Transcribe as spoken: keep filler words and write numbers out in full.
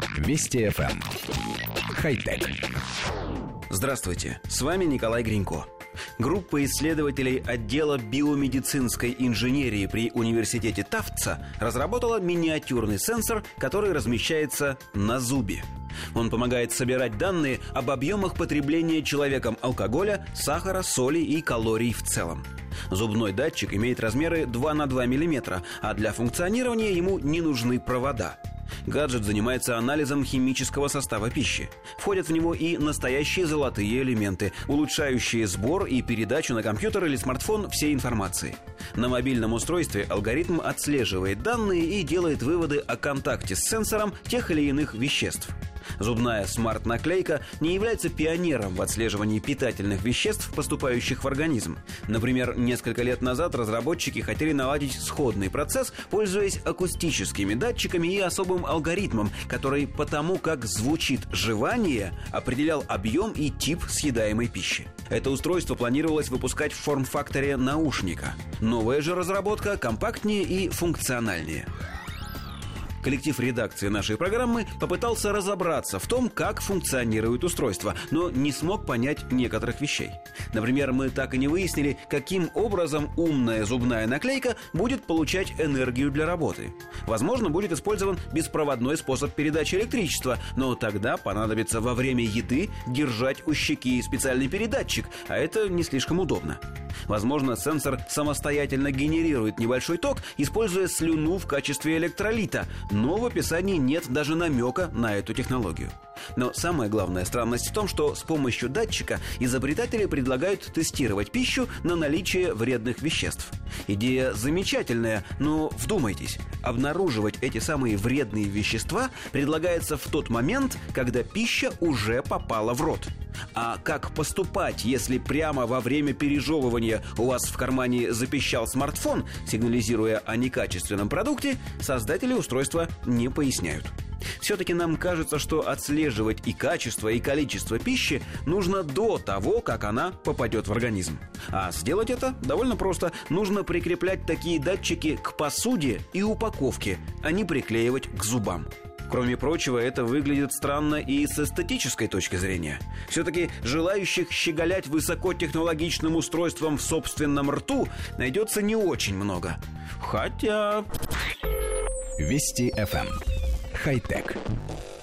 Вести эф эм. Хай-тек. Здравствуйте, с вами Николай Гринько. Группа исследователей отдела биомедицинской инженерии при университете Тафтса разработала миниатюрный сенсор, который размещается на зубе. Он помогает собирать данные об объемах потребления человеком алкоголя, сахара, соли и калорий в целом. Зубной датчик имеет размеры два на два миллиметра, а для функционирования ему не нужны провода. Гаджет занимается анализом химического состава пищи. Входят в него и настоящие золотые элементы, улучшающие сбор и передачу на компьютер или смартфон всей информации. На мобильном устройстве алгоритм отслеживает данные и делает выводы о контакте с сенсором тех или иных веществ. Зубная смарт-наклейка не является пионером в отслеживании питательных веществ, поступающих в организм. Например, несколько лет назад разработчики хотели наладить сходный процесс, пользуясь акустическими датчиками и особым алгоритмом, который по тому, как звучит жевание, определял объем и тип съедаемой пищи. Это устройство планировалось выпускать в форм-факторе наушника. Новая же разработка компактнее и функциональнее. Коллектив редакции нашей программы попытался разобраться в том, как функционирует устройство, но не смог понять некоторых вещей. Например, мы так и не выяснили, каким образом умная зубная наклейка будет получать энергию для работы. Возможно, будет использован беспроводной способ передачи электричества, но тогда понадобится во время еды держать у щеки специальный передатчик, а это не слишком удобно. Возможно, сенсор самостоятельно генерирует небольшой ток, используя слюну в качестве электролита, но в описании нет даже намека на эту технологию. Но самая главная странность в том, что с помощью датчика изобретатели предлагают тестировать пищу на наличие вредных веществ. Идея замечательная, но вдумайтесь, обнаруживать эти самые вредные вещества предлагается в тот момент, когда пища уже попала в рот. А как поступать, если прямо во время пережевывания у вас в кармане запищал смартфон, сигнализируя о некачественном продукте, создатели устройства не поясняют. Все-таки нам кажется, что отслеживать и качество, и количество пищи нужно до того, как она попадет в организм. А сделать это довольно просто. Нужно прикреплять такие датчики к посуде и упаковке, а не приклеивать к зубам. Кроме прочего, это выглядит странно и с эстетической точки зрения. Все-таки желающих щеголять высокотехнологичным устройством в собственном рту найдется не очень много. Хотя... Вести эф эм. Хай-тек.